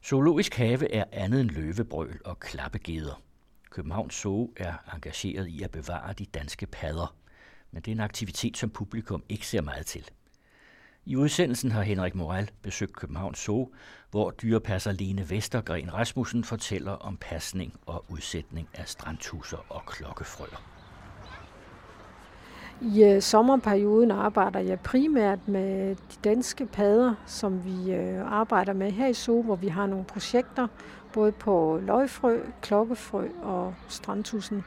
Zoologisk Have er andet end løvebrøl og klappegeder. Københavns Zoo er engageret i at bevare de danske padder, men det er en aktivitet, som publikum ikke ser meget til. I udsendelsen har Henrik Morel besøgt Københavns Zoo, hvor dyrepasser Lene Vestergren Rasmussen fortæller om pasning og udsætning af strandtudser og klokkefrøer. I sommerperioden arbejder jeg primært med de danske padder, som vi arbejder med her i Zoo, hvor vi har nogle projekter, både på løgfrø, klokkefrø og strandtudsen.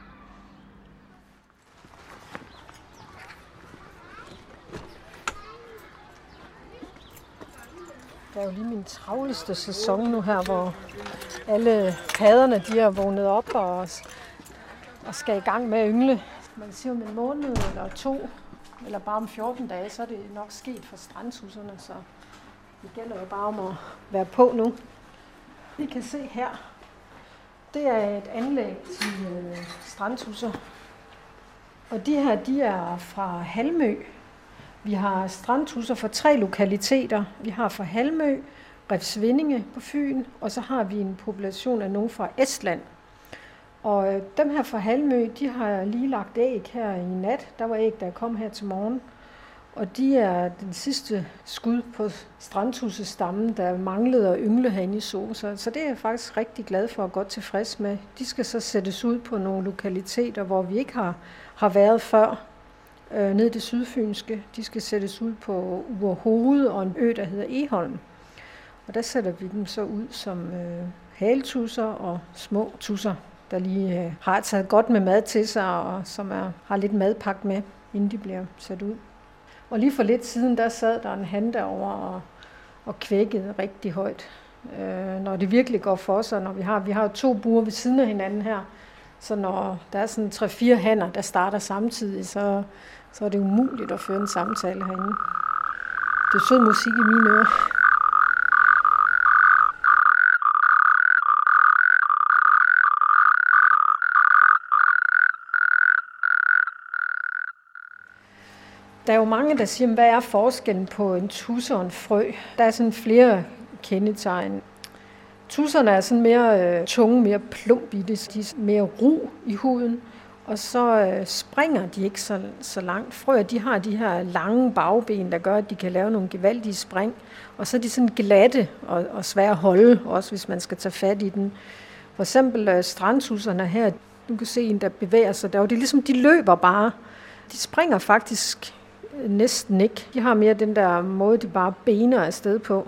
Det er jo lige min travleste sæson nu her, hvor alle padderne de er vågnet op og skal i gang med at yngle. Man siger om en måned eller 2, eller bare om 14 dage, så er det nok sket for strandtudserne, så det gælder jo bare om at være på nu. I kan se her, det er et anlæg til strandtudser. Og de her, de er fra Halmø. Vi har strandtudser fra 3 lokaliteter. Vi har fra Halmø, Refsvindinge på Fyn, og så har vi en population af nogen fra Estland. Og dem her fra Halmø, de har lige lagt æg her i nat. Der var æg, der kom her til morgen. Og de er den sidste skud på strandtudsestammen, der manglede at yngle herinde i Zoo. Så det er jeg faktisk rigtig glad for og godt tilfreds med. De skal så sættes ud på nogle lokaliteter, hvor vi ikke har været før. Ned i det sydfynske. De skal sættes ud på Uerhoved og en ø, der hedder Egholm. Og der sætter vi dem så ud som haletusser og små tusser, der lige har taget godt med mad til sig, og som har lidt madpakke med, inden de bliver sat ud. Og lige for lidt siden, der sad der en han derovre og kvækkede rigtig højt. Når det virkelig går for sig, når vi har 2 buer ved siden af hinanden her, så når der er sådan 3-4 hanner, der starter samtidig, så er det umuligt at føre en samtale herinde. Det er sød musik i mine ører. Der er jo mange, der siger, hvad er forskellen på en tudse og en frø? Der er sådan flere kendetegn. Tudserne er sådan mere tunge, mere plump i det. De er mere ru i huden, og så springer de ikke så langt. Frøer, de har de her lange bagben, der gør, at de kan lave nogle gevaldige spring. Og så er de sådan glatte og svære at holde, også hvis man skal tage fat i den. For eksempel strandtudserne her, du kan se en, der bevæger sig derovre. Det er ligesom, de løber bare. De springer faktisk næsten ikke. De har mere den der måde, de bare bener afsted på.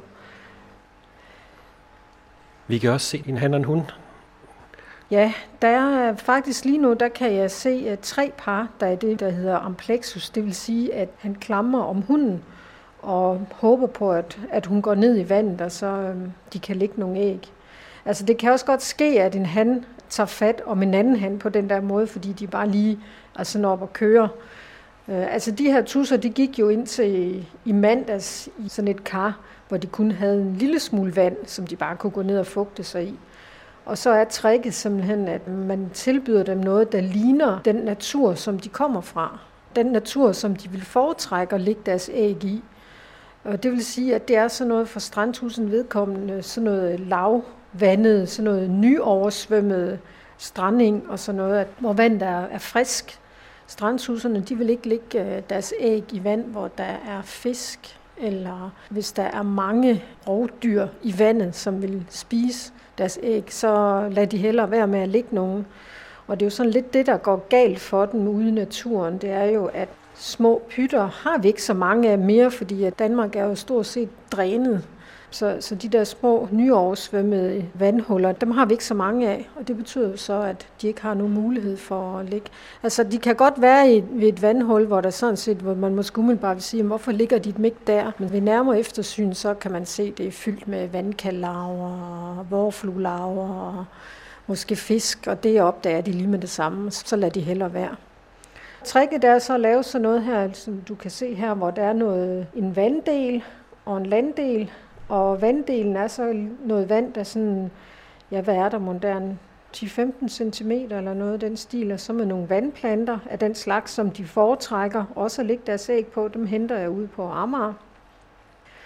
Vi kan også se en han og en hund. Ja, der er faktisk lige nu, der kan jeg se 3 par, der er det, der hedder amplexus. Det vil sige, at han klamrer om hunden og håber på, at hun går ned i vandet, og så de kan lægge nogle æg. Altså det kan også godt ske, at en han tager fat om en anden han på den der måde, fordi de bare lige når op og kører. Altså de her tusser, de gik jo ind til i mandags i sådan et kar, hvor de kun havde en lille smule vand, som de bare kunne gå ned og fugte sig i. Og så er tricket simpelthen, at man tilbyder dem noget, der ligner den natur, som de kommer fra. Den natur, som de vil foretrække at lægge deres æg i. Og det vil sige, at det er sådan noget for strandtudsen vedkommende, sådan noget lavvandet, sådan noget nyoversvømmet stranding og sådan noget, hvor vandet er frisk. Strandtudserne, de vil ikke lægge deres æg i vand, hvor der er fisk, eller hvis der er mange rovdyr i vandet, som vil spise deres æg, så lader de hellere være med at lægge nogen. Og det er jo sådan lidt det, der går galt for dem ude i naturen. Det er jo, at små pytter har vi ikke så mange af mere, fordi at Danmark er jo stort set drænet. Så de der små nyoversvømmede vandhuller, dem har vi ikke så mange af, og det betyder jo så, at de ikke har nogen mulighed for at ligge. Altså de kan godt være ved et vandhul, hvor der sådan set, hvor man måske umiddelbart vil sige, hvorfor ligger de dem ikke der? Men ved nærmere eftersyn, så kan man se, at det er fyldt med vandkallarver, vårfluelarver og måske fisk, og det opdager de lige med det samme, så lader de hellere være. Tricket er så at lave sådan noget her, som du kan se her, hvor der er en vanddel og en landdel. Og vanddelen er så noget vand, der sådan, hvad er der moderne, 10-15 cm eller noget af den stil, og så med nogle vandplanter af den slags, som de foretrækker, også at lægge deres æg på, dem henter jeg ud på Amager.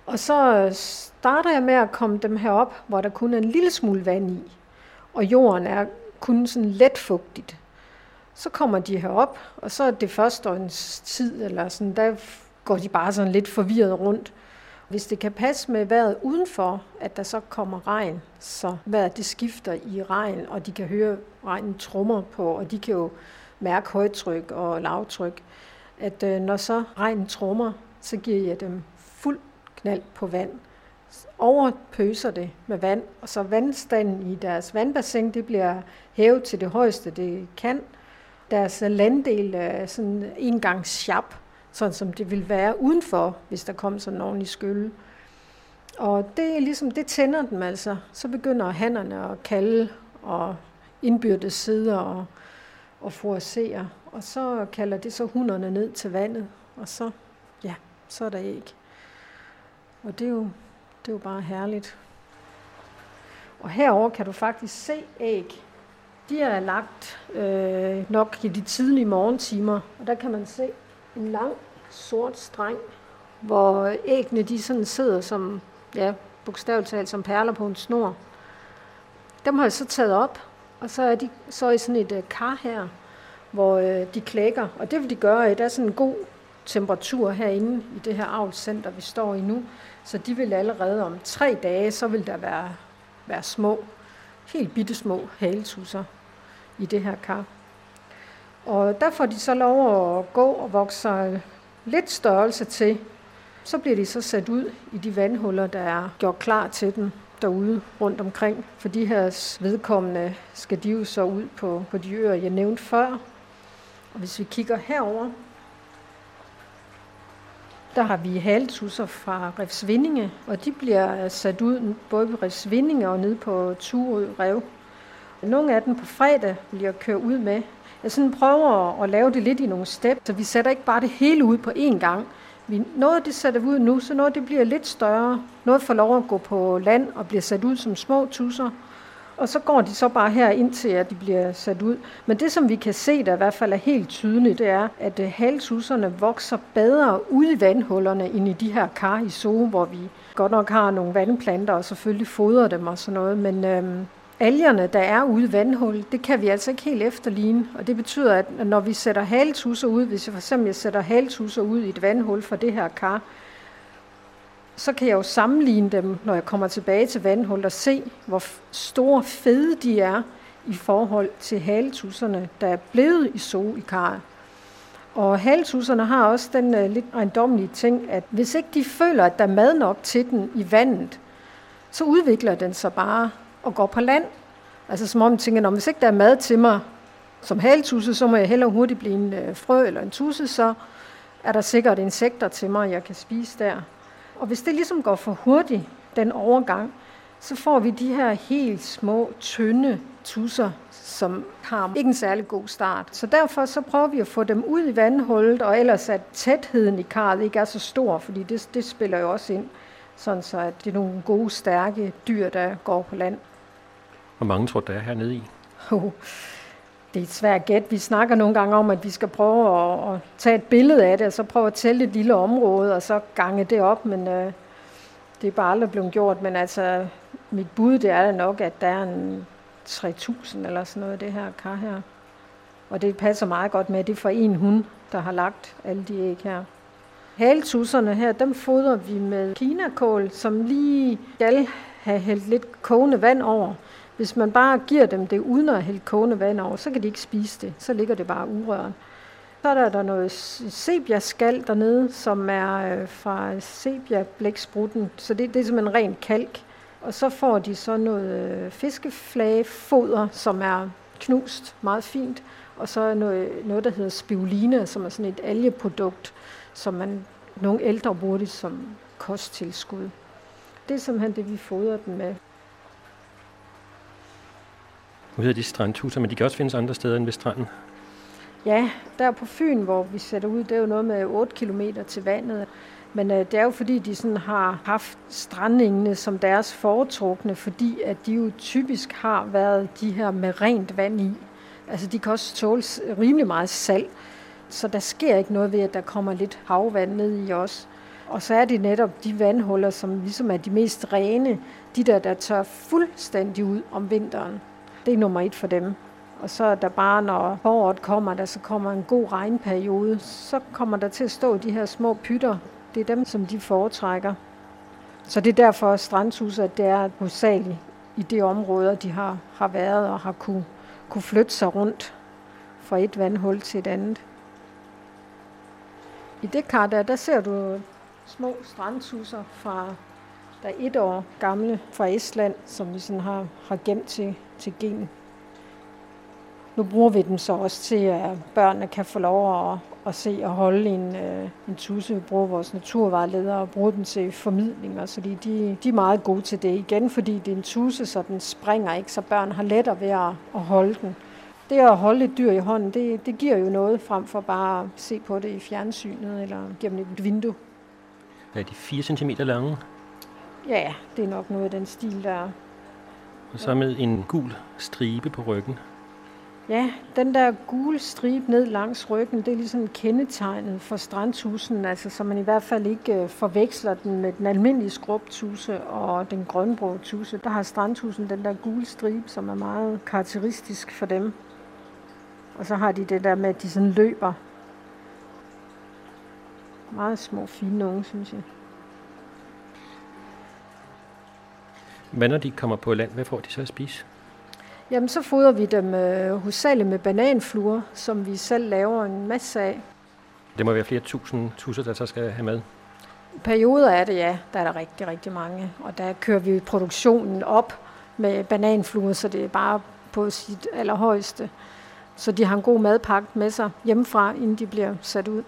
Og så starter jeg med at komme dem herop, hvor der kun er en lille smule vand i, og jorden er kun sådan let fugtigt. Så kommer de herop, og så er det første års tid, eller sådan, der går de bare sådan lidt forvirret rundt. Hvis det kan passe med vejret udenfor, at der så kommer regn, så vejret det skifter i regn, og de kan høre regnen trommer på, og de kan jo mærke højtryk og lavtryk, at når så regnen trommer, så giver jeg dem fuld knald på vand. Overpøser det med vand, og så vandstanden i deres vandbassin, det bliver hævet til det højeste, det kan. Deres landdel er sådan en gang sjap, sådan som det vil være udenfor, hvis der kom sådan en ordentlig skylde. Og det er ligesom, det tænder dem altså. Så begynder hannerne at kalde og indbyrdes sidde og forcere. Og så kalder det så hunderne ned til vandet, og så er der æg. Og det er jo bare herligt. Og herover kan du faktisk se æg. De er lagt nok i de tidlige morgentimer, og der kan man se en lang sort streng, hvor æggene de sådan sidder som, bogstaveligt talt som perler på en snor. Dem har jeg så taget op, og så er de så i sådan et kar her, hvor de klækker. Og det vil de gøre, der er sådan en god temperatur herinde i det her avlscenter, vi står i nu. Så de vil allerede om 3 dage, så vil der være små, helt bittesmå haletusser i det her kar. Og der får de så lov at gå og vokse sig lidt størrelse til. Så bliver de så sat ud i de vandhuller, der er gjort klar til dem derude rundt omkring. For de her vedkommende skal de jo så ud på de øer, jeg nævnte før. Og hvis vi kigger herover, der har vi haletusser fra Refsvindinge, og de bliver sat ud både på Refsvindinge og nede på Turø Rev. Nogle af dem på fredag vil jeg køre ud med. Jeg sådan prøver at lave det lidt i nogle step, så vi sætter ikke bare det hele ud på én gang. Noget af det sætter vi ud nu, så noget det bliver lidt større. Noget får lov at gå på land og bliver sat ud som små tusser. Og så går de så bare her indtil, at de bliver sat ud. Men det, som vi kan se, der i hvert fald er helt tydeligt, det er, at haletusserne vokser bedre ude i vandhullerne end i de her kar i zoo, hvor vi godt nok har nogle vandplanter og selvfølgelig fodrer dem og sådan noget. Men algerne, der er ude i vandhul, det kan vi altså ikke helt efterligne. Og det betyder, at når vi sætter haletusser ud, hvis jeg for eksempel sætter haletusser ud i et vandhul fra det her kar, så kan jeg jo sammenligne dem, når jeg kommer tilbage til vandhullet, og se, hvor store fede de er i forhold til haletusserne, der er blevet i zoo i karret. Og haletusserne har også den lidt ejendommelige ting, at hvis ikke de føler, at der er mad nok til den i vandet, så udvikler den sig bare og går på land. Altså som om man tænker, hvis ikke der er mad til mig som haletusse, så må jeg hellere hurtigt blive en frø eller en tusse, så er der sikkert insekter til mig, jeg kan spise der. Og hvis det ligesom går for hurtigt, den overgang, så får vi de her helt små, tynde tusser, som har ikke en særlig god start. Så derfor så prøver vi at få dem ud i vandhullet, og ellers at tætheden i karret ikke er så stor, fordi det spiller jo også ind, sådan så at det er nogle gode, stærke dyr, der går på land. Hvor mange tror du, der er hernede i? Det er et svært gæt. Vi snakker nogle gange om, at vi skal prøve at tage et billede af det, og så prøve at tælle et lille område, og så gange det op, men det er bare aldrig blevet gjort. Men altså, mit bud, det er nok, at der er en 3.000 eller sådan noget, det her kar her. Og det passer meget godt med, at det er for en hund, der har lagt alle de æg her. Haletusserne her, dem fodrer vi med kinakål, som lige skal have hældt lidt kogende vand over. Hvis man bare giver dem det uden at hælde kogende vand over, så kan de ikke spise det. Så ligger det bare urørt. Så er der noget sepiaskal dernede, som er fra sepiablæksprutten. Så det er simpelthen ren kalk. Og så får de så noget fiskeflagefoder, som er knust meget fint. Og så noget der hedder spirulina, som er sådan et algeprodukt, som nogle ældre bruger det som kosttilskud. Det er simpelthen det, vi fodrer dem med. Nu hedder de strandtusser, men de kan også findes andre steder end ved stranden. Ja, der på Fyn, hvor vi sætter ud, det er jo noget med 8 kilometer til vandet. Men det er jo fordi, de sådan har haft strandingene som deres foretrukne, fordi at de jo typisk har været de her med rent vand i. Altså de kan også tåle rimelig meget salt, så der sker ikke noget ved, at der kommer lidt havvand ned i os. Og så er det netop de vandhuller, som ligesom er de mest rene, de der tør fuldstændig ud om vinteren. Det er nummer 1 for dem. Og så er der bare, når foråret kommer, så kommer en god regnperiode, så kommer der til at stå de her små pytter. Det er dem, som de foretrækker. Så det er derfor strandhuse, at det er hovedsageligt i det område, de har været og har kunne flytte sig rundt fra et vandhul til et andet. I det kar der ser du små strandhuser fra der er 1 år gamle fra Estland, som vi sådan har gemt til gen. Nu bruger vi dem så også til, at børnene kan få lov at se og holde en tudse. Vi bruger vores naturvejledere og bruger dem til formidlinger, så de er meget gode til det igen, fordi det er en tudse, så den springer ikke, så børn har lettere ved at holde den. Det at holde et dyr i hånden, det giver jo noget frem for bare at se på det i fjernsynet eller gennem et vindue. Er de 4 cm lange? Ja, det er nok noget af den stil, der er. Og så med en gul stribe på ryggen. Ja, den der gule stribe ned langs ryggen, det er ligesom kendetegnet for strandtudsen, altså så man i hvert fald ikke forveksler den med den almindelige skrubtudse og den grønbrogede tudse. Der har strandtudsen den der gule stribe, som er meget karakteristisk for dem. Og så har de det der med, at de sådan løber. Meget små, fine unge, synes jeg. Hvad når de kommer på land, hvad får de så at spise? Jamen, så fodrer vi dem hovedsageligt med bananfluer, som vi selv laver en masse af. Det må være flere tusind tudser, der så skal have mad. Perioder er det, ja. Der er der rigtig, rigtig mange. Og der kører vi produktionen op med bananfluer, så det er bare på sit allerhøjeste. Så de har en god madpakke med sig hjemmefra, inden de bliver sat ud.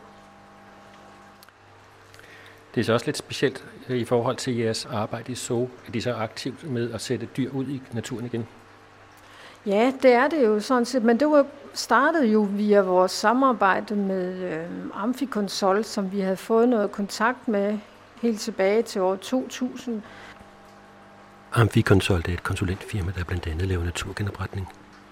Det er så også lidt specielt i forhold til jeres arbejde i zoo, at de så er aktivt med at sætte dyr ud i naturen igen. Ja, det er det jo sådan set, men det startede jo via vores samarbejde med Amficonsult, som vi havde fået noget kontakt med helt tilbage til år 2000. Amficonsult er et konsulentfirma, der blandt andet laver naturgenopretning.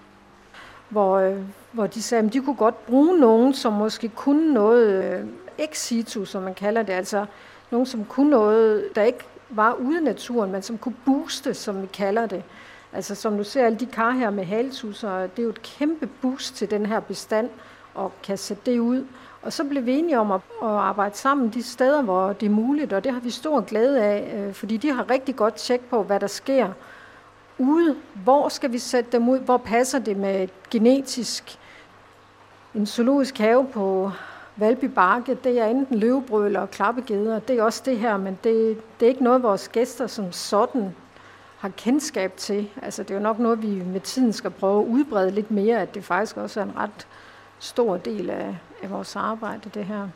Hvor de sagde, at de kunne godt bruge nogen, som måske kunne noget ex situ, som man kalder det, altså nogen, som kunne noget, der ikke var ude i naturen, men som kunne booste, som vi kalder det. Altså som du ser alle de kar her med haletusser, det er jo et kæmpe boost til den her bestand, og kan sætte det ud. Og så blev vi enige om at arbejde sammen de steder, hvor det er muligt, og det har vi stor glæde af, fordi de har rigtig godt tjek på, hvad der sker ude. Hvor skal vi sætte dem ud? Hvor passer det med genetisk? En zoologisk have på Valby Bakke, det er enten løvebrøl eller klappegeder. Det er også det her, men det er ikke noget, vores gæster som sådan har kendskab til. Altså, det er jo nok noget, vi med tiden skal prøve at udbrede lidt mere, at det faktisk også er en ret stor del af vores arbejde, det her.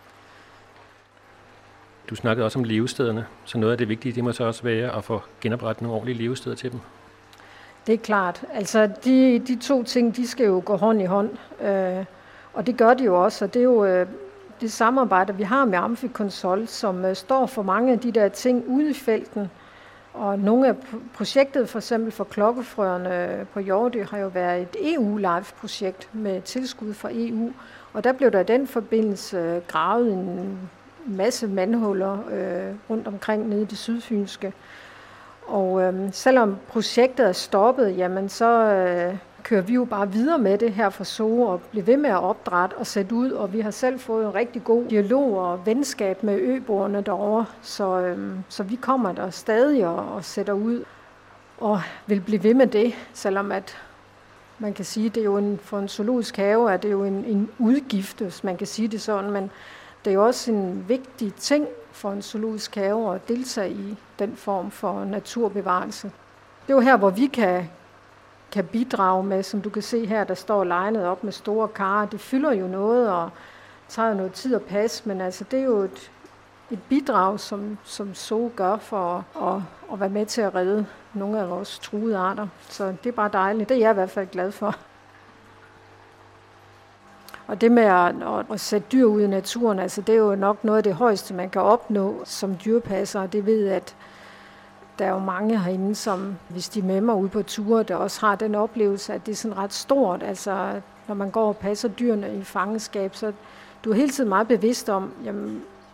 Du snakkede også om levestederne, så noget af det vigtige, det må så også være at få genoprettet nogle ordentlige levesteder til dem. Det er klart. Altså, de 2 ting, de skal jo gå hånd i hånd, og det gør de jo også, og det er jo det samarbejde, vi har med Amficonsult, som står for mange af de der ting ude i felten. Og nogle af projektet, for eksempel for klokkefrøerne på Hjortø, har jo været et EU-live-projekt med tilskud fra EU. Og der blev der i den forbindelse gravet en masse mandhuller rundt omkring nede i det sydfynske. Og selvom projektet er stoppet, jamen så kører vi jo bare videre med det her for zoo og bliver ved med at opdrætte og sætte ud. Og vi har selv fået en rigtig god dialog og venskab med øboerne derovre, så vi kommer der stadig og sætter ud og vil blive ved med det, selvom at man kan sige, det er jo for en zoologisk have er det jo en udgift, hvis man kan sige det sådan, men det er jo også en vigtig ting for en zoologisk have at deltage i den form for naturbevarelse. Det er jo her, hvor vi kan bidrage med, som du kan se her, der står legnet op med store karer. Det fylder jo noget og tager noget tid at passe, men altså det er jo et bidrag, som zoo gør for at være med til at redde nogle af vores truede arter. Så det er bare dejligt. Det er jeg i hvert fald glad for. Og det med at sætte dyr ud i naturen, altså det er jo nok noget af det højeste, man kan opnå som dyrepasser. Det ved at der er jo mange herinde, som hvis de er med mig ude på ture, der også har den oplevelse, at det er sådan ret stort. Altså når man går og passer dyrene i fangenskab, så du er hele tiden meget bevidst om, jamen,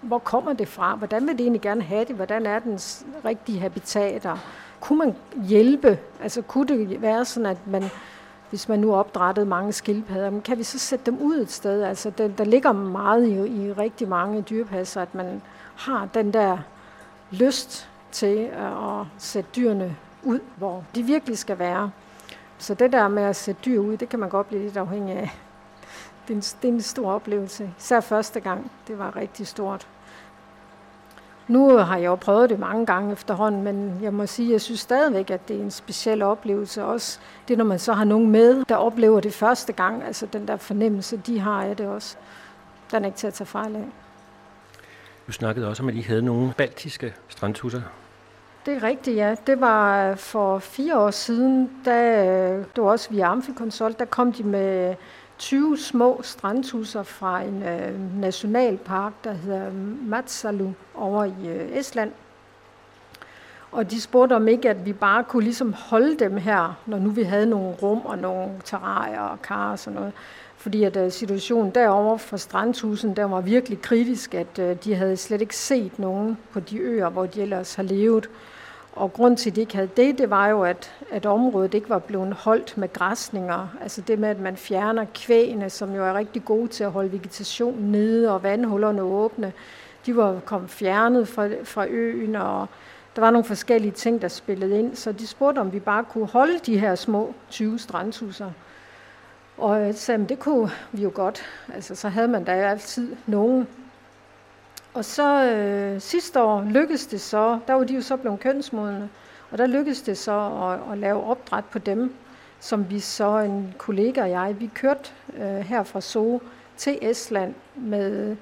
hvor kommer det fra? Hvordan vil det egentlig gerne have det? Hvordan er dens rigtige habitater? Kunne man hjælpe? Altså kunne det være sådan, at man, hvis man nu opdrættede mange skildpadder, kan vi så sætte dem ud et sted? Altså der ligger meget i rigtig mange dyrepasser, at man har den der lyst til at sætte dyrene ud, hvor de virkelig skal være. Så det der med at sætte dyr ud, det kan man godt blive lidt afhængig af. Det er en stor oplevelse. Især første gang, det var rigtig stort. Nu har jeg jo prøvet det mange gange efterhånden, men jeg må sige, at jeg synes stadigvæk, at det er en speciel oplevelse. Også det, når man så har nogen med, der oplever det første gang, altså den der fornemmelse, de har af det også. Den er ikke til at tage fejl af. Du snakkede også om, at I havde nogle baltiske strandtudser. Det er rigtigt, ja. Det var for 4 år siden, det var også via Amfikonsult, der kom de med 20 små strandtusser fra en nationalpark, der hedder Matsalu over i Estland. Og de spurgte om ikke, at vi bare kunne ligesom holde dem her, når nu vi havde nogle rum og nogle terrarier og kar og sådan noget. Fordi at situationen derovre for strandtusen, der var virkelig kritisk, at de havde slet ikke set nogen på de øer, hvor de ellers har levet. Og grund til, at de ikke havde det var jo, at området ikke var blevet holdt med græsninger. Altså det med, at man fjerner kvægene, som jo er rigtig gode til at holde vegetationen nede og vandhullerne åbne. De var kommet fjernet fra øen, og der var nogle forskellige ting, der spillede ind. Så de spurgte, om vi bare kunne holde de her små 20 strandtusser. Og jeg sagde, det kunne vi jo godt. Altså så havde man da altid nogen. Og så sidste år lykkedes det så, der var de jo så blevet kønsmodne, og der lykkedes det så at lave opdræt på dem, som vi så, en kollega og jeg, vi kørte her fra Zoo til Estland med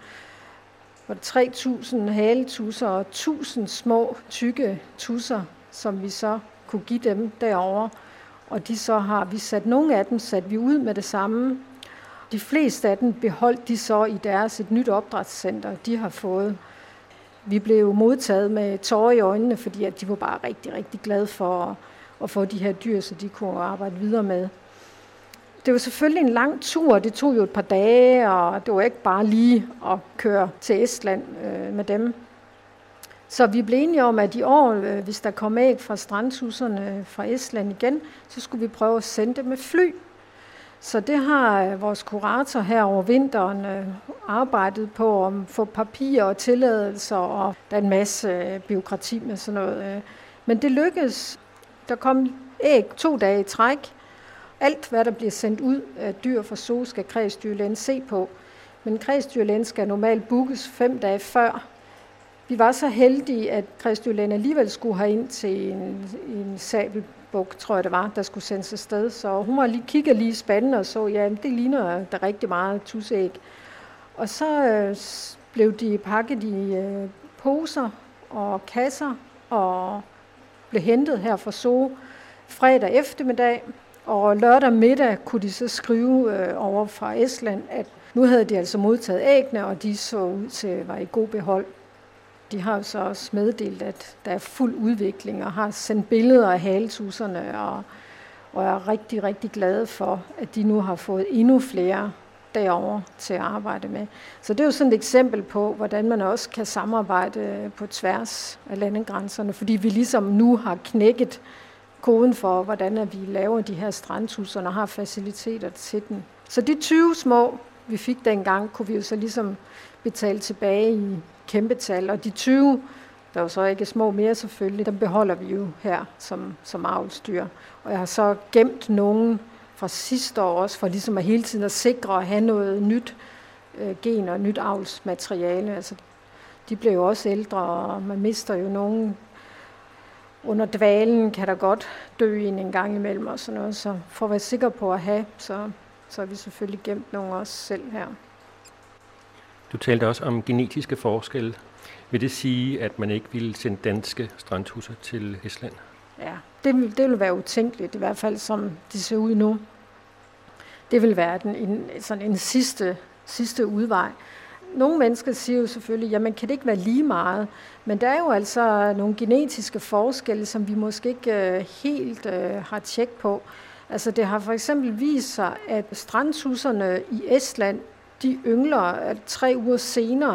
3.000 haletusser og 1.000 små, tykke tusser, som vi så kunne give dem derovre. Og de så har vi sat nogle af dem satte vi ud med det samme. De fleste af dem beholdt de så i et nyt opdrætscenter, de har fået. Vi blev modtaget med tårer i øjnene, fordi at de var bare rigtig, rigtig glade for at få de her dyr, så de kunne arbejde videre med. Det var selvfølgelig en lang tur, det tog jo et par dage, og det var ikke bare lige at køre til Estland med dem. Så vi blev enige om, at i år, hvis der kom æg fra strandtusserne fra Estland igen, så skulle vi prøve at sende det med fly. Så det har vores kurator her over vinteren arbejdet på at få papirer og tilladelser, og der er en masse bureaukrati med sådan noget. Men det lykkedes. Der kom æg 2 dage i træk. Alt, hvad der bliver sendt ud af dyr fra Zoo, skal kredsdyrlægen se på. Men kredsdyrlægen skal normalt bookes 5 dage før. Vi var så heldige, at kredsdyrlægen alligevel skulle have ind til en sabelbuk, tror jeg det var, der skulle sendes afsted. Så hun var kiggede lige spændende og så, ja, det ligner der rigtig meget tusæg. Og så blev de pakket i poser og kasser og blev hentet her fra Zoo fredag eftermiddag. Og lørdag middag kunne de så skrive over fra Estland, at nu havde de altså modtaget æggene, og de så ud til at være i god behold. De har jo så også meddelt, at der er fuld udvikling, og har sendt billeder af haletusserne, og er rigtig, rigtig glade for, at de nu har fået endnu flere derovre til at arbejde med. Så det er jo sådan et eksempel på, hvordan man også kan samarbejde på tværs af landegrænserne, fordi vi ligesom nu har knækket koden for, hvordan vi laver de her strandtusser og har faciliteter til dem. Så de 20 små, vi fik dengang, kunne vi jo så ligesom betale tilbage i kæmpetal, og de 20, der er jo så ikke små mere selvfølgelig, dem beholder vi jo her som avlsdyr. Og jeg har så gemt nogen fra sidste år også, for ligesom at hele tiden at sikre at have noget nyt gen og nyt avlsmateriale. Altså, de bliver jo også ældre, og man mister jo nogen. Under dvalen kan der godt dø en gang imellem og sådan noget, så for at være sikker på at have, så har vi selvfølgelig gemt nogle også selv her. Du talte også om genetiske forskelle. Vil det sige, at man ikke ville sende danske strandtusser til Estland? Ja, det vil være utænkeligt, i hvert fald som de ser ud nu. Det vil være en sidste udvej. Nogle mennesker siger jo selvfølgelig, jamen kan det ikke være lige meget? Men der er jo altså nogle genetiske forskelle, som vi måske ikke helt har tjek på. Altså det har for eksempel vist sig, at strandtusserne i Estland, de yngler 3 uger senere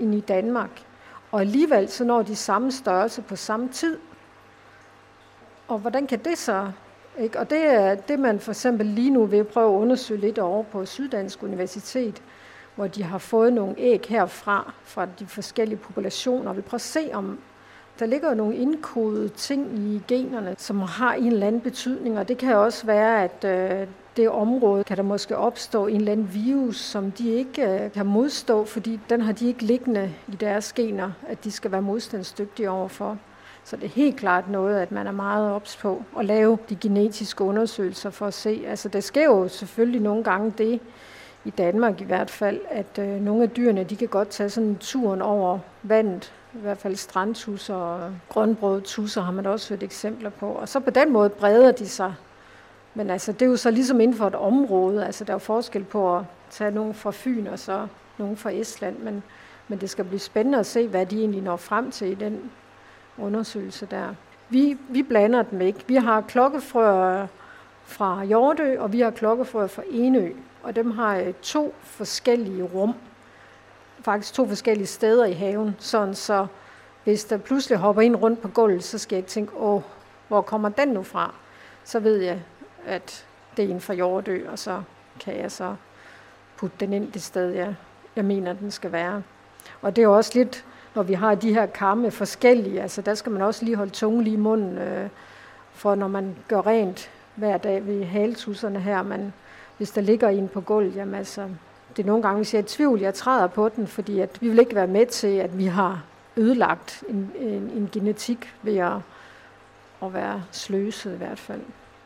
end i Danmark. Og alligevel så når de samme størrelse på samme tid. Og hvordan kan det så? Ikke? Og det er det, man for eksempel lige nu vil prøve at undersøge lidt over på Syddansk Universitet, hvor de har fået nogle æg herfra, fra de forskellige populationer, og vi prøver at se, om der ligger nogle indkodede ting i generne, som har en eller anden betydning, og det kan også være, at det område kan der måske opstå en eller anden virus, som de ikke kan modstå, fordi den har de ikke liggende i deres gener, at de skal være modstandsdygtige overfor. Så det er helt klart noget, at man er meget ops på at lave de genetiske undersøgelser for at se. Altså det sker jo selvfølgelig nogle gange det, i Danmark i hvert fald, at nogle af dyrene, de kan godt tage sådan en turen over vandet. I hvert fald strandtusser og grønbrødet tusser har man også hørt eksempler på. Og så på den måde breder de sig. Men altså, det er jo så ligesom inden for et område. Altså, der er jo forskel på at tage nogen fra Fyn og så nogen fra Estland. Men det skal blive spændende at se, hvad de egentlig når frem til i den undersøgelse der. Vi blander dem ikke. Vi har klokkefrøer fra Hjortø, og vi har klokkefrøer fra Enø. Og dem har 2 forskellige rum. Faktisk 2 forskellige steder i haven. Sådan så hvis der pludselig hopper en rundt på gulvet, så skal jeg ikke tænke, hvor kommer den nu fra? Så ved jeg, at det er en fra Hjortø, og så kan jeg så putte den ind det sted, jeg mener, den skal være. Og det er også lidt, når vi har de her karme forskellige, altså der skal man også lige holde tungen lige i munden, for når man gør rent hver dag ved haletusserne her, hvis der ligger en på gulvet, jamen altså, det er nogle gange, hvis jeg er i tvivl, jeg træder på den, fordi at vi vil ikke være med til, at vi har ødelagt en genetik ved at være sløset i hvert fald.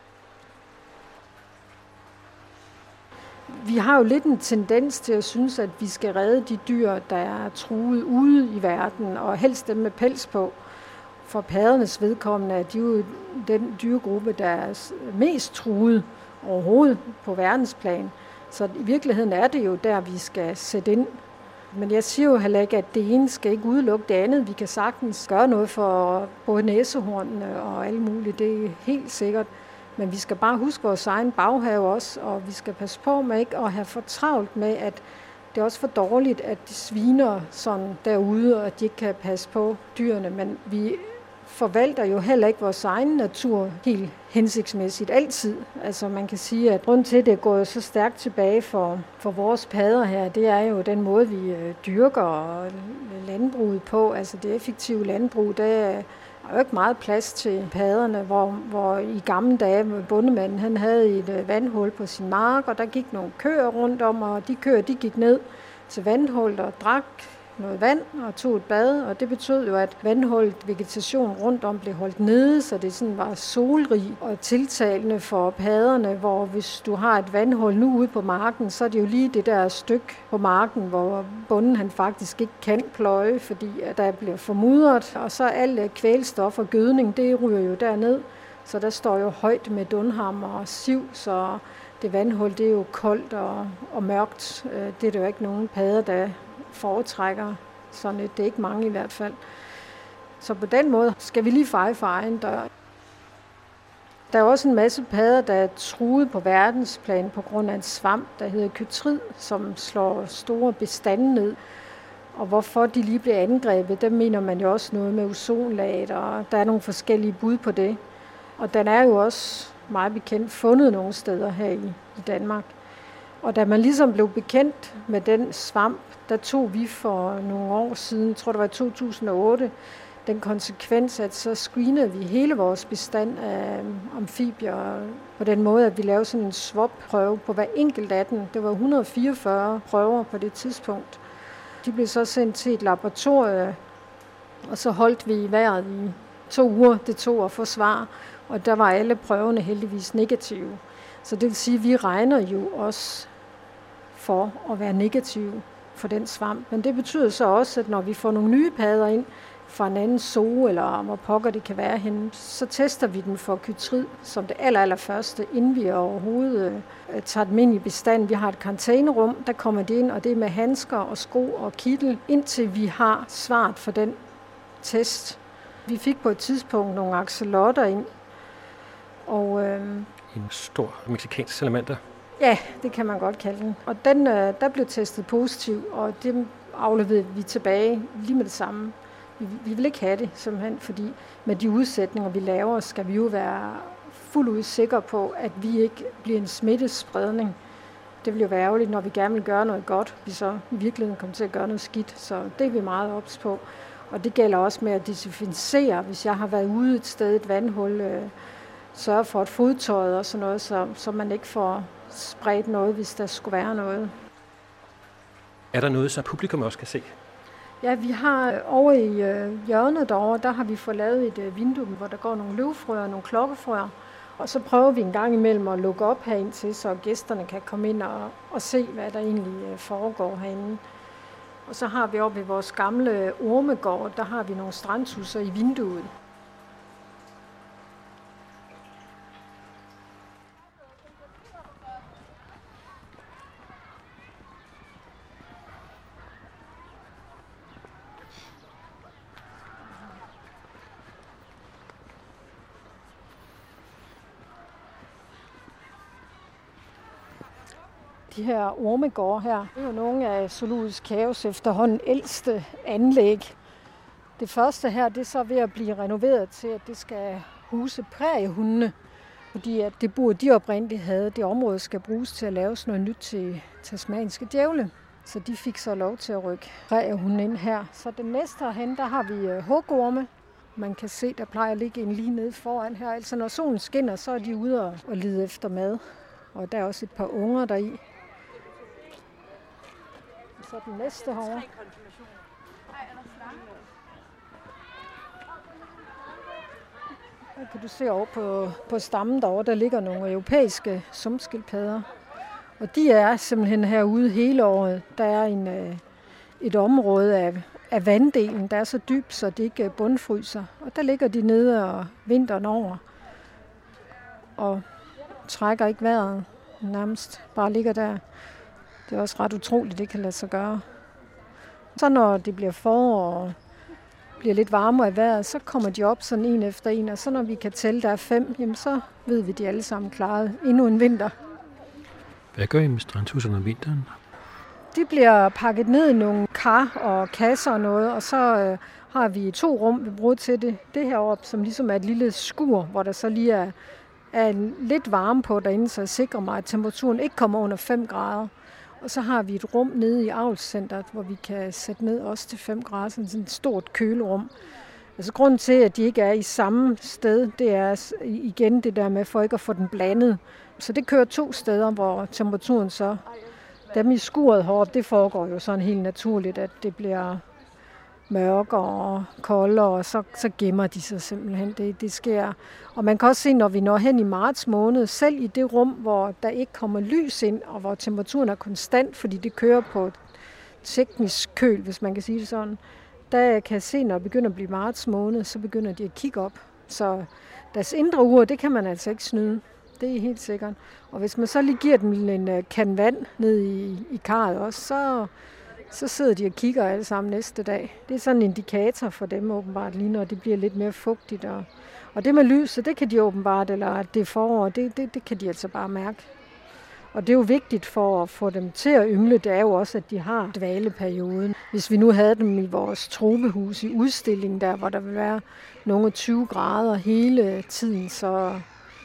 Vi har jo lidt en tendens til at synes, at vi skal redde de dyr, der er truet ude i verden, og helst dem med pels på. For paddernes vedkommende er de jo den dyregruppe, der er mest truet overhovedet på verdensplan. Så i virkeligheden er det jo der, vi skal sætte ind. Men jeg siger jo heller ikke, at det ene skal ikke udelukke det andet. Vi kan sagtens gøre noget for både næsehornene og alt muligt, det er helt sikkert. Men vi skal bare huske vores egen baghave også, og vi skal passe på med ikke at have for travlt med, at det er også for dårligt, at de sviner sådan derude, og at de ikke kan passe på dyrene. Men vi forvalter jo heller ikke vores egen natur helt hensigtsmæssigt altid. Altså man kan sige, at grunden til, at det går så stærkt tilbage for vores padder her, det er jo den måde, vi dyrker landbruget på. Altså det effektive landbrug, der er jo ikke meget plads til padderne, hvor i gamle dage bondemanden, han havde et vandhul på sin mark, og der gik nogle køer rundt om, og de køer, de gik ned til vandhullet og drak noget vand og tog et bad, og det betød jo, at vandhullet, vegetation rundt om blev holdt nede, så det sådan var solrig og tiltalende for padderne, hvor hvis du har et vandhul nu ude på marken, så er det jo lige det der stykke på marken, hvor bonden han faktisk ikke kan pløje, fordi der bliver formudret, og så alt kvælstof og gødning, det ryger jo derned, så der står jo højt med dunhammer og siv, så det vandhul, det er jo koldt og mørkt. Det er der jo ikke nogen padder, der foretrækker sådan et. Det er ikke mange i hvert fald. Så på den måde skal vi lige feje for egen dør. Der er også en masse padder, der er truet på verdensplan på grund af en svamp, der hedder kytrid, som slår store bestande ned. Og hvorfor de lige bliver angrebet, der mener man jo også noget med ozonlaget, og der er nogle forskellige bud på det. Og den er jo også meget bekendt fundet nogle steder her i Danmark. Og da man ligesom blev bekendt med den svamp, der tog vi for nogle år siden, jeg tror det var i 2008, den konsekvens, at så screenede vi hele vores bestand af amfibier på den måde, at vi lavede sådan en swap-prøve på hver enkelt af dem. Det var 144 prøver på det tidspunkt. De blev så sendt til et laboratorie, og så holdt vi i vejret i 2 uger, det tog at få svar, og der var alle prøverne heldigvis negative. Så det vil sige, at vi regner jo også for at være negative for den svamp. Men det betyder så også, at når vi får nogle nye padder ind fra en anden zoo, eller hvor pokker det kan være henne, så tester vi den for kytrid som det allerførste, inden vi overhovedet tager dem ind i bestand. Vi har et karantænerum, der kommer det ind, og det er med handsker og sko og kittel, indtil vi har svaret for den test. Vi fik på et tidspunkt nogle axolotter ind, og en stor mexicansk salamander. Ja, det kan man godt kalde den. Og den, der blev testet positiv, og afleverede vi tilbage lige med det samme. Vi vil ikke have det, simpelthen, fordi med de udsætninger, vi laver, skal vi jo være fuldt ud sikre på, at vi ikke bliver en smittespredning. Det vil jo være ærgerligt, når vi gerne vil gøre noget godt, vi så i virkeligheden kommer til at gøre noget skidt, så det er vi meget ops på. Og det gælder også med at desinficere, hvis jeg har været ude et sted, et vandhul, sørge for et fodtøjet og sådan noget, så man ikke får spredt noget, hvis der skulle være noget. Er der noget, som publikum også kan se? Ja, vi har over i hjørnet derovre, der har vi fået lavet et vindue, hvor der går nogle løvfrøer og nogle klokkefrøer. Og så prøver vi en gang imellem at lukke op herind til, så gæsterne kan komme ind og se, hvad der egentlig foregår herinde. Og så har vi oppe i vores gamle ormegård, der har vi nogle strandtusser i vinduet. De her ormegårde her, det er jo nogle af Zoologisk Haves efterhånden ældste anlæg. Det første her, det er så ved at blive renoveret til, at det skal huse præriehundene. Fordi at det bur, de oprindeligt havde, det område skal bruges til at lave sådan noget nyt til tasmanske djævle. Så de fik så lov til at rykke præriehunde ind her. Så den næste herhen, der har vi hugorme. Man kan se, der plejer at ligge en lige nede foran her. Altså når solen skinner, så er de ude og lede efter mad. Og der er også et par unger deri. Så den næste herovre. Her kan du se over på stammen derovre, der ligger nogle europæiske sumpskildpadder. Og de er simpelthen herude hele året. Der er et område af vanddelen, der er så dybt, så det ikke bundfryser. Og der ligger de nede og vinteren over. Og trækker ikke vejret nærmest. Bare ligger der. Det er også ret utroligt, det kan lade sig gøre. Så når det bliver forår og bliver lidt varmere i vejret, så kommer de op sådan en efter en. Og så når vi kan tælle, der er 5, jamen så ved vi, de alle sammen klaret endnu en vinter. Hvad gør I med strandtusserne om vinteren? De bliver pakket ned i nogle kar og kasser og noget, og så har vi 2 rum, vi bruger til det. Det heroppe, som ligesom er et lille skur, hvor der så lige er lidt varme på derinde, så jeg sikrer mig, at temperaturen ikke kommer under 5 grader. Og så har vi et rum nede i avlscenteret, hvor vi kan sætte ned også til 5 grader, sådan et stort kølerum. Altså grunden til, at de ikke er i samme sted, det er igen det der med for ikke at få den blandet. Så det kører 2 steder, hvor temperaturen så, dem i skuret heroppe, det foregår jo sådan helt naturligt, at det bliver mørkere og koldere, og så gemmer de sig simpelthen. Det sker. Og man kan også se, når vi når hen i marts måned, selv i det rum, hvor der ikke kommer lys ind, og hvor temperaturen er konstant, fordi det kører på teknisk køl, hvis man kan sige det sådan, der kan jeg se, når det begynder at blive marts måned, så begynder de at kigge op. Så deres indre ur, det kan man altså ikke snyde. Det er helt sikkert. Og hvis man så lige giver dem en kan vand ned i karret også, så sidder de og kigger alle sammen næste dag. Det er sådan en indikator for dem åbenbart, lige når det bliver lidt mere fugtigt. Og det med lyset, det kan de åbenbart, eller at det er forår, det kan de altså bare mærke. Og det er jo vigtigt for at få dem til at yngle, det er jo også, at de har dvaleperioden. Hvis vi nu havde dem i vores tropehus i udstillingen der, hvor der vil være nogle 20 grader hele tiden, så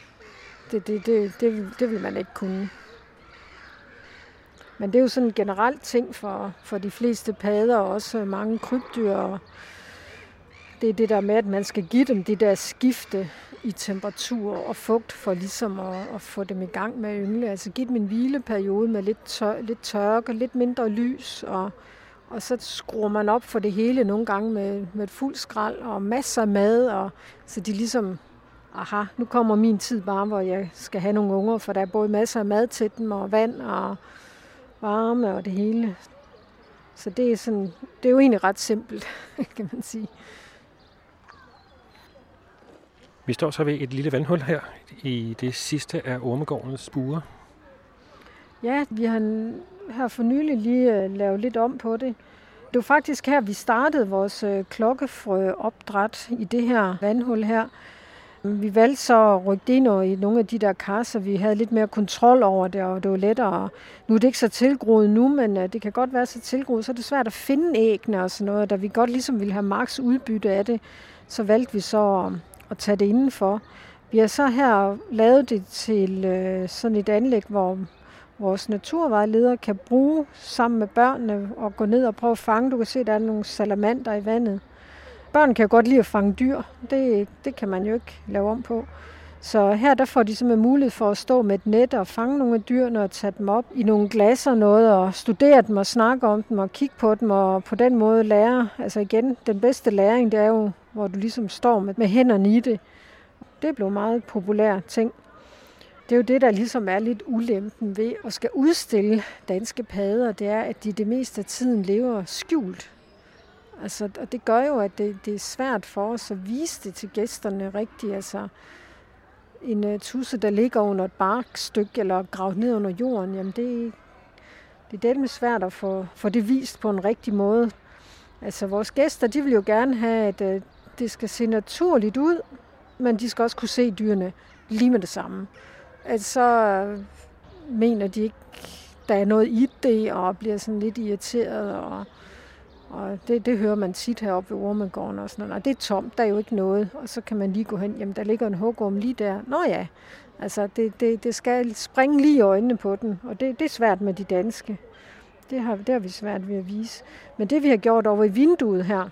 det vil man ikke kunne. Men det er jo sådan en generel ting for de fleste padder og også mange krybdyr. Det er det der med, at man skal give dem det der skifte i temperatur og fugt for ligesom at få dem i gang med at yngle. Altså give dem en hvileperiode med lidt tørke, lidt mindre lys, og så skruer man op for det hele nogle gange med et fuld skrald og masser af mad, og så de ligesom, aha, nu kommer min tid bare, hvor jeg skal have nogle unger, for der er både masser af mad til dem og vand og varme og det hele. Så det er jo egentlig ret simpelt, kan man sige. Vi står så ved et lille vandhul her i det sidste af ormegårdens buer. Ja, vi har her for nylig lige lavet lidt om på det. Det var faktisk her, vi startede vores klokkefrøopdræt i det her vandhul her. Vi valgte så at rykke det ind i nogle af de der kar, så vi havde lidt mere kontrol over det, og det var lettere. Nu er det ikke så tilgroet nu, men det kan godt være så tilgroet, så er det svært at finde æggene og sådan noget. Da vi godt ligesom ville have maks udbytte af det, så valgte vi så at tage det indenfor. Vi har så her lavet det til sådan et anlæg, hvor vores naturvejleder kan bruge sammen med børnene og gå ned og prøve at fange. Du kan se, at der er nogle salamander i vandet. Børn kan jo godt lide at fange dyr. Det kan man jo ikke lave om på. Så her der får de simpelthen mulighed for at stå med et net og fange nogle af dyrene og tage dem op i nogle glas og noget og studere dem og snakke om dem og kigge på dem og på den måde lære. Altså igen, den bedste læring, det er jo, hvor du ligesom står med hænderne i det. Det blev meget populær ting. Det er jo det, der ligesom er lidt ulempen ved at skal udstille danske padder, det er, at de det meste af tiden lever skjult. Altså, og det gør jo, at det er svært for os at vise det til gæsterne rigtigt. Altså, en tudse, der ligger under et barkstykke eller gravet ned under jorden, jamen det er dælme svært at få det vist på en rigtig måde. Altså, vores gæster, de vil jo gerne have, at det skal se naturligt ud, men de skal også kunne se dyrene lige med det samme. Så mener de ikke, der er noget i det, og bliver sådan lidt irriteret, og det hører man tit heroppe ved Ormegården og sådan noget. Og det er tomt, der er jo ikke noget, og så kan man lige gå hen, jamen der ligger en hugorm lige der. Nå ja, altså det skal springe lige i øjnene på den, og det er svært med de danske. Det har vi svært ved at vise. Men det vi har gjort over i vinduet her,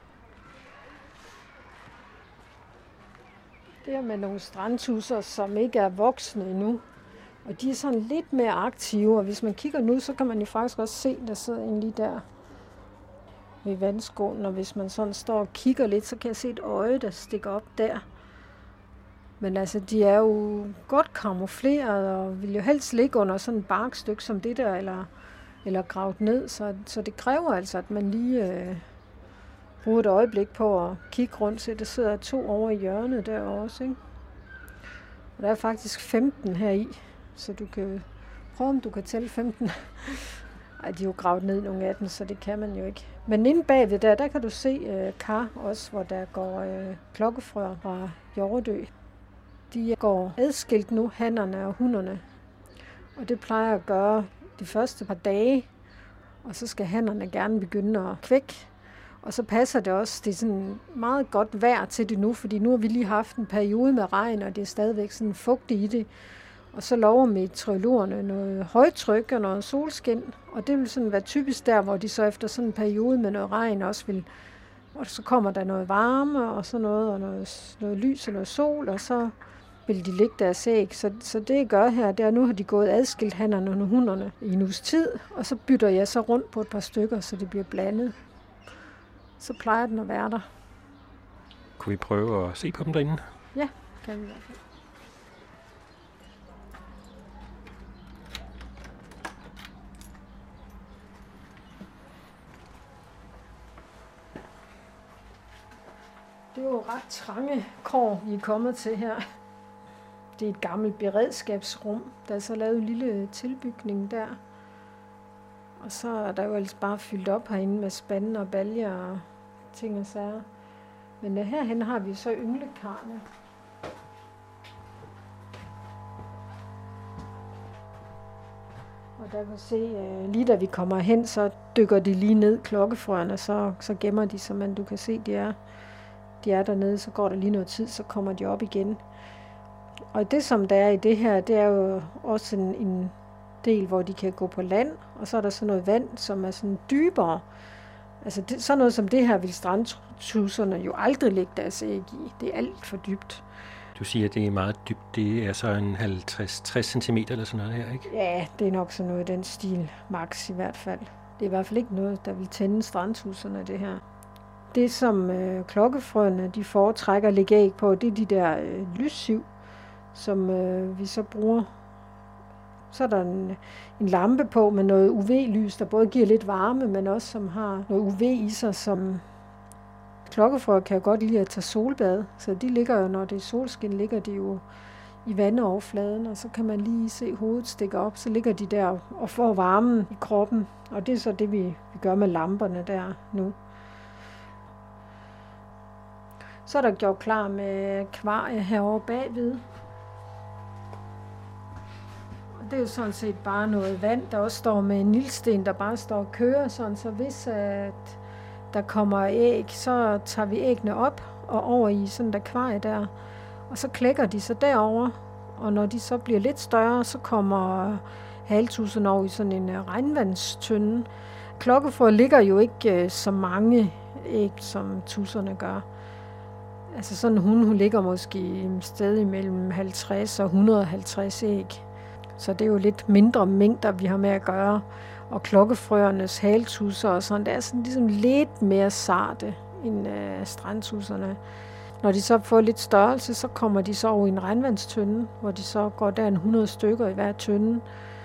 det er med nogle strandtusser, som ikke er voksne endnu. Og de er sådan lidt mere aktive, og hvis man kigger nu, så kan man jo faktisk også se, der sidder en lige der ved vandskålen. Og hvis man sådan står og kigger lidt, så kan jeg se et øje, der stikker op der. Men altså, de er jo godt kamufleret, og vil jo helst ligge under sådan et barkstykke som det der, eller gravet ned. Så det kræver altså, at man lige bruge et øjeblik på at kigge rundt, så der sidder 2 over i hjørnet der også, ikke? Og der er faktisk 15 her i, så du kan prøve, om du kan tælle 15. Ej, de er jo gravet ned nogle af dem, så det kan man jo ikke. Men inde bagved der kan du se kar også, hvor der går klokkefrøer fra Hjortø. De går adskilt nu, hannerne og hunderne. Og det plejer at gøre de første par dage, og så skal hannerne gerne begynde at kvække. Og så passer det også, det er sådan meget godt vejr til det nu, fordi nu har vi lige haft en periode med regn, og det er stadigvæk sådan fugtigt i det. Og så lover meteorologerne noget højtryk og noget solskin, og det vil sådan være typisk der, hvor de så efter sådan en periode med noget regn også vil, og så kommer der noget varme og sådan noget, og noget lys og noget sol, og så vil de lægge deres æg. Så det jeg gør her, det er, nu har de gået adskilt hannerne og hunderne i en uges tid, og så bytter jeg så rundt på et par stykker, så det bliver blandet. Så plejer den at være der. Kunne vi prøve at se på dem derinde? Ja, kan vi i hvert fald. Det er jo ret trange kår, vi er kommet til her. Det er et gammelt beredskabsrum. Der er så lavet en lille tilbygning der. Og så er der jo ellers bare fyldt op herinde med spande og baljer og ting og sager. Men herhen har vi så ynglekarne. Og der kan se, lige da vi kommer hen, så dykker de lige ned klokkefrøerne, så gemmer de sig, men du kan se, de er dernede, så går der lige noget tid, så kommer de op igen. Og det, som der er i det her, det er jo også en del, hvor de kan gå på land, og så er der sådan noget vand, som er sådan dybere. Altså sådan noget som det her vil strandtudserne jo aldrig lægge deres æg i. Det er alt for dybt. Du siger, at det er meget dybt. Det er så en 50-60 cm eller sådan noget her, ikke? Ja, det er nok sådan noget i den stil, max i hvert fald. Det er i hvert fald ikke noget, der vil tænde strandtudserne, det her. Det, som klokkefrøerne de foretrækker at lægge æg på, det er de der lyssiv, som vi så bruger. Så er der en lampe på med noget UV-lys, der både giver lidt varme, men også som har noget UV i sig, som klokkefrøer kan jo godt lide at tage solbad. Så de ligger jo, når det er solskin, ligger de jo i vandoverfladen, og så kan man lige se hovedet stikke op. Så ligger de der og får varmen i kroppen, og det er så det, vi gør med lamperne der nu. Så er der gjort klar med akvarie herovre bagved. Og det er jo sådan set bare noget vand, der også står med en lillesten, der bare står og kører sådan, så hvis at der kommer æg, så tager vi æggene op og over i sådan et akvarie der, og så klækker de så derover, og når de så bliver lidt større, så kommer haltudserne over i sådan en regnvandstønde. Klokkefrøer ligger jo ikke så mange æg, som tudserne gør. Altså sådan en hun ligger måske et sted imellem 50 og 150 æg. Så det er jo lidt mindre mængder, vi har med at gøre. Og klokkefrøernes haltusser og sådan, det er sådan ligesom lidt mere sarte end strandtudserne. Når de så får lidt størrelse, så kommer de så over i en regnvandstønde, hvor de så går der 100 stykker i hver tønde.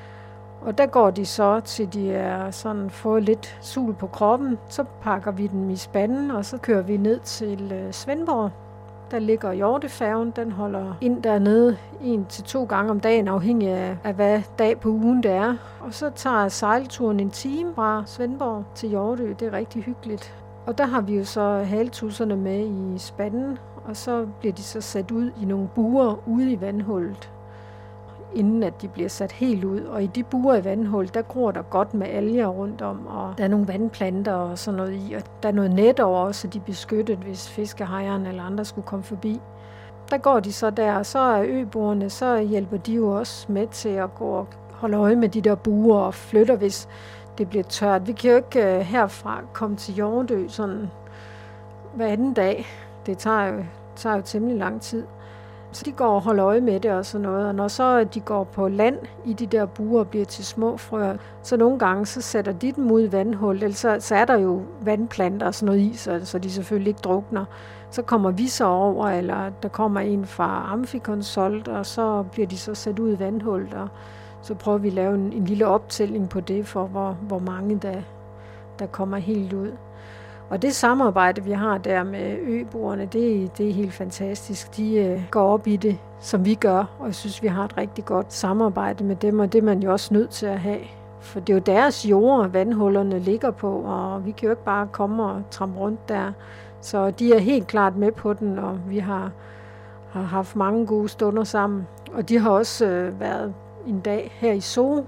Og der går de så, til de er sådan fået lidt sul på kroppen. Så pakker vi dem i spanden, og så kører vi ned til Svendborg. Der ligger hjortefærgen, den holder ind dernede 1 til 2 gange om dagen, afhængig af hvad dag på ugen det er. Og så tager sejlturen en time fra Svendborg til Hjortø. Det er rigtig hyggeligt. Og der har vi jo så haltudserne med i spanden, og så bliver de så sat ud i nogle buer ude i vandhullet, inden at de bliver sat helt ud. Og i de buer i vandhullet, der gror der godt med alger rundt om, og der er nogle vandplanter og sådan noget i, og der er noget net over også, så de er beskyttet, hvis fiskehejerne eller andre skulle komme forbi. Der går de så der, og så er øboerne, så hjælper de jo også med til at gå og holde øje med de der buer og flytter, hvis det bliver tørt. Vi kan jo ikke herfra komme til Hjortø sådan hver anden dag. Det tager jo temmelig lang tid. Så de går og holder øje med det og sådan noget. Og når så de går på land i de der buer og bliver til små frøer, så nogle gange så sætter de dem ud i vandhul. Ellers så er der jo vandplanter og sådan noget i, så de selvfølgelig ikke drukner. Så kommer vi så over, eller der kommer en fra Amfikonsult, og så bliver de så sat ud i vandhullet. Og så prøver vi at lave en lille optælling på det, for hvor mange der kommer helt ud. Og det samarbejde, vi har der med øboerne, det er helt fantastisk. De går op i det, som vi gør, og jeg synes, vi har et rigtig godt samarbejde med dem, og det er man jo også nødt til at have. For det er jo deres jord, vandhullerne ligger på, og vi kan jo ikke bare komme og trampe rundt der. Så de er helt klart med på den, og vi har haft mange gode stunder sammen. Og de har også været en dag her i Zoo,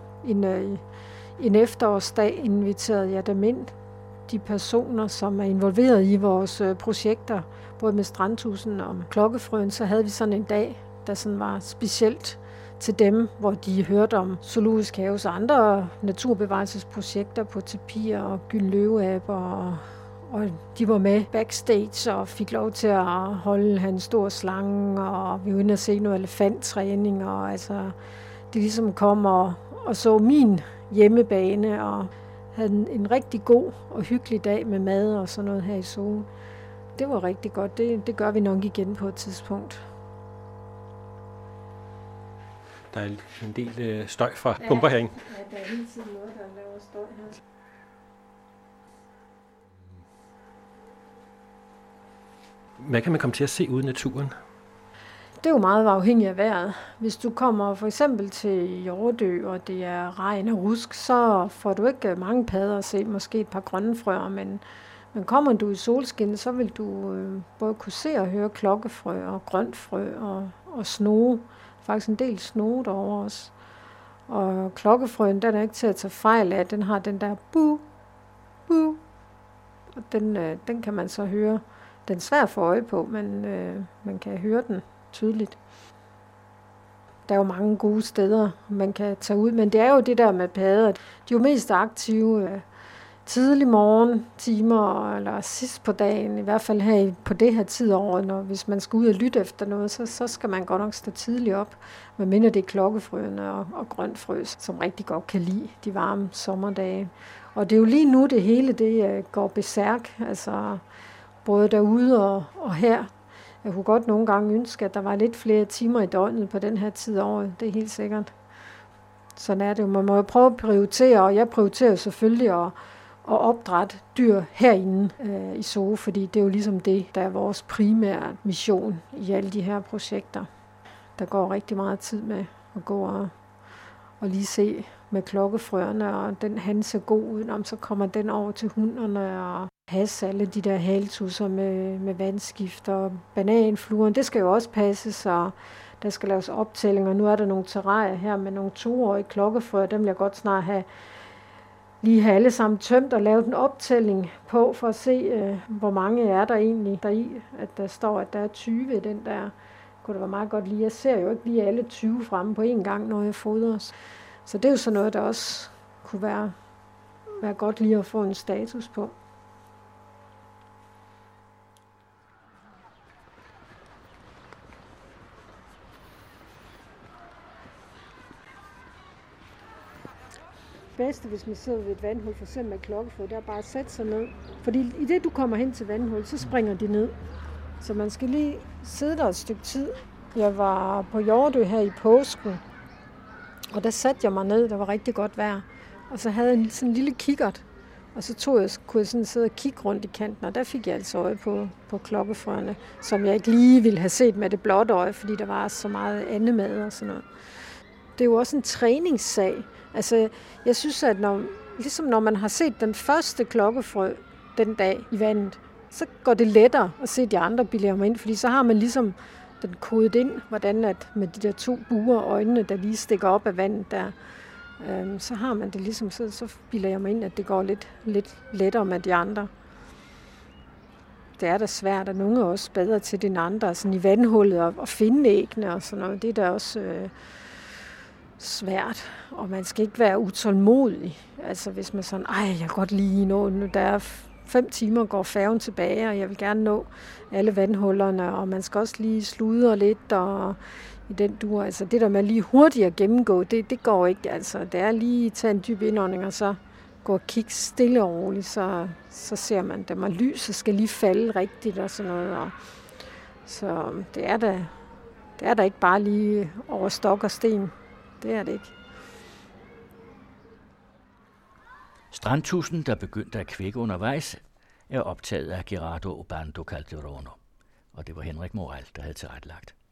en efterårsdag, inviteret jeg dem ind. De personer, som er involveret i vores projekter, både med strandtudsen og klokkefrøen, så havde vi sådan en dag, der sådan var specielt til dem, hvor de hørte om Zoologisk Haves og andre naturbevarelsesprojekter på tapir og gylden løveaber, og de var med backstage og fik lov til at holde en stor slange, og vi var inde og se noget elefanttræning, og altså, de ligesom kom og så min hjemmebane, og havde en rigtig god og hyggelig dag med mad og sådan noget her i Zoo. Det var rigtig godt. Det gør vi nok igen på et tidspunkt. Der er en del støj fra pumper herinde. Ja, der er hele tiden noget, der laver støj her. Hvad kan man komme til at se ude i naturen? Det er jo meget afhængigt af vejret. Hvis du kommer for eksempel til Hjortø, og det er regn og rusk, så får du ikke mange padder at se, måske et par grønne frøer, men kommer du i solskin, så vil du både kunne se og høre klokkefrø og grøntfrø og snoge. Faktisk en del snoge derovre også. Og klokkefrøen, den er ikke til at tage fejl af. Den har den der bu, bu. Og den kan man så høre. Den er svær at få øje på, men man kan høre den tydeligt. Der er jo mange gode steder, man kan tage ud, men det er jo det der med padder. De er jo mest aktive tidlig morgen, timer eller sidst på dagen, i hvert fald her på det her tid af året, hvis man skal ud og lytte efter noget, så skal man godt nok stå tidligt op, medmindre det er klokkefrøene og grøntfrø, som rigtig godt kan lide de varme sommerdage. Og det er jo lige nu, det hele det går besærk, altså både derude og her. Jeg kunne godt nogle gange ønske, at der var lidt flere timer i døgnet på den her tid af året. Det er helt sikkert. Sådan er det jo. Man må jo prøve at prioritere, og jeg prioriterer selvfølgelig at opdrætte dyr herinde i Zoo, fordi det er jo ligesom det, der er vores primære mission i alle de her projekter. Der går rigtig meget tid med at gå og lige se, med klokkefrøerne, og den han ser god ud, så kommer den over til hunderne, og passe alle de der haltusser med vandskift og bananfluerne. Det skal jo også passes, og der skal laves optællinger. Nu er der nogle terrarier her med nogle 2-årige klokkefrøer. Dem vil jeg godt snart lige have alle sammen tømt og lavet en optælling på, for at se, hvor mange er der egentlig deri. At der står, at der er 20 i den der. Kunne det være meget godt lige. Jeg ser jo ikke lige alle 20 fremme på en gang, når jeg fodrer. Så det er jo sådan noget, der også kunne være godt lige at få en status på. Bedste, hvis man sidder ved et vandhul, for eksempel med klokkefrø, det er bare at sætte sig ned. Fordi i det, du kommer hen til vandhul, så springer de ned. Så man skal lige sidde der et stykke tid. Jeg var på Hjortø her i påsken, og der satte jeg mig ned, der var rigtig godt vejr. Og så havde jeg sådan en lille kikkert, og så kunne jeg sådan sidde og kigge rundt i kanten, og der fik jeg altså øje på klokkefrøerne, som jeg ikke lige ville have set med det blotte øje, fordi der var så meget andemad og sådan noget. Det er jo også en træningssag. Altså, jeg synes, at når man har set den første klokkefrø den dag i vandet, så går det lettere at se de andre bilerer ind, fordi så har man ligesom den kodet ind, hvordan at med de der 2 buer øjnene, der lige stikker op af vandet der, så har man det ligesom, så bilder jeg mig ind, at det går lidt lettere med de andre. Det er da svært, og nogle er også bedre til den andre, sådan i vandhullet og finde æggene og sådan noget. Det er da også svært, og man skal ikke være utålmodig. Altså hvis man sådan, jeg kan godt lige nå, nu der er 5 timer, går færgen tilbage, og jeg vil gerne nå alle vandhullerne, og man skal også lige sludre lidt, og i den dur, altså det der med lige hurtigt at gennemgå, det går ikke, altså det er lige at tage en dyb indånding, og så gå og kigge stille og roligt, så ser man dem, og lyset skal lige falde rigtigt, og sådan noget, og så det er da ikke bare lige over stok og sten. Det er det ikke. Strandtudsen, der begyndte at kvække undervejs, er optaget af Gerardo Obando Calderone, og det var Henrik Morel, der havde tilrettelagt.